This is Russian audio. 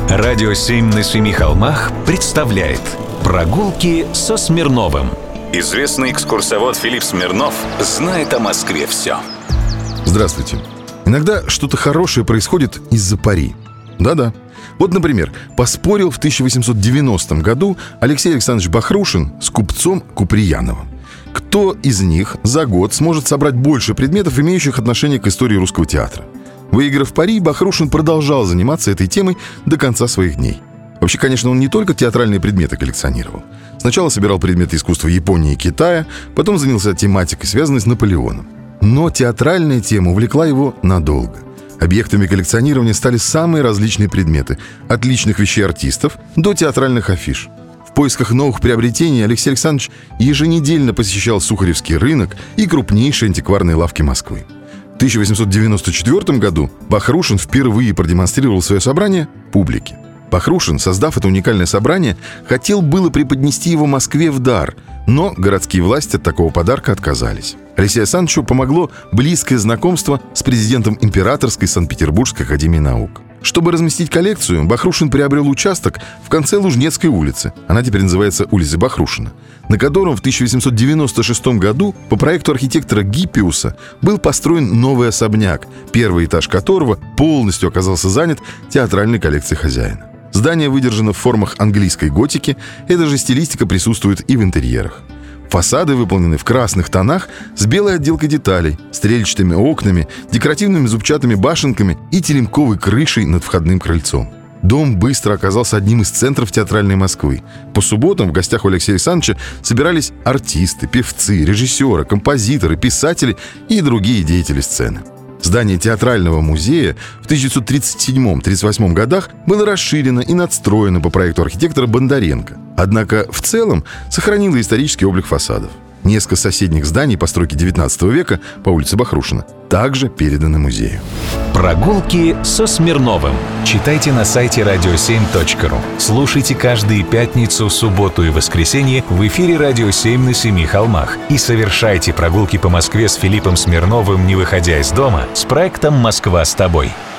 Радио «7 на семи холмах» представляет «Прогулки со Смирновым». Известный экскурсовод Филипп Смирнов знает о Москве все. Здравствуйте. Иногда что-то хорошее происходит из-за пари. Да-да. Вот, например, поспорил в 1890 году Алексей Александрович Бахрушин с купцом Куприяновым. Кто из них за год сможет собрать больше предметов, имеющих отношение к истории русского театра? Выиграв пари, Бахрушин продолжал заниматься этой темой до конца своих дней. Вообще, конечно, он не только театральные предметы коллекционировал. Сначала собирал предметы искусства Японии и Китая, потом занялся тематикой, связанной с Наполеоном. Но театральная тема увлекла его надолго. Объектами коллекционирования стали самые различные предметы, от личных вещей артистов до театральных афиш. В поисках новых приобретений Алексей Александрович еженедельно посещал Сухаревский рынок и крупнейшие антикварные лавки Москвы. В 1894 году Бахрушин впервые продемонстрировал свое собрание публике. Бахрушин, создав это уникальное собрание, хотел было преподнести его Москве в дар, но городские власти от такого подарка отказались. Алексею Александровичу помогло близкое знакомство с президентом Императорской Санкт-Петербургской академии наук. Чтобы разместить коллекцию, Бахрушин приобрел участок в конце Лужнецкой улицы, она теперь называется улицей Бахрушина, на котором в 1896 году по проекту архитектора Гиппиуса был построен новый особняк, первый этаж которого полностью оказался занят театральной коллекцией хозяина. Здание выдержано в формах английской готики, эта же стилистика присутствует и в интерьерах. Фасады выполнены в красных тонах с белой отделкой деталей, стрельчатыми окнами, декоративными зубчатыми башенками и теремковой крышей над входным крыльцом. Дом быстро оказался одним из центров театральной Москвы. По субботам в гостях у Алексея Александровича собирались артисты, певцы, режиссеры, композиторы, писатели и другие деятели сцены. Здание театрального музея в 1937-1938 годах было расширено и надстроено по проекту архитектора Бондаренко. Однако в целом сохранило исторический облик фасадов. Несколько соседних зданий постройки XIX века по улице Бахрушина также переданы музею. Прогулки со Смирновым. Читайте на сайте radio7.ru. Слушайте каждые пятницу, субботу и воскресенье в эфире «Радио 7 на семи холмах». И совершайте прогулки по Москве с Филиппом Смирновым, не выходя из дома, с проектом «Москва с тобой».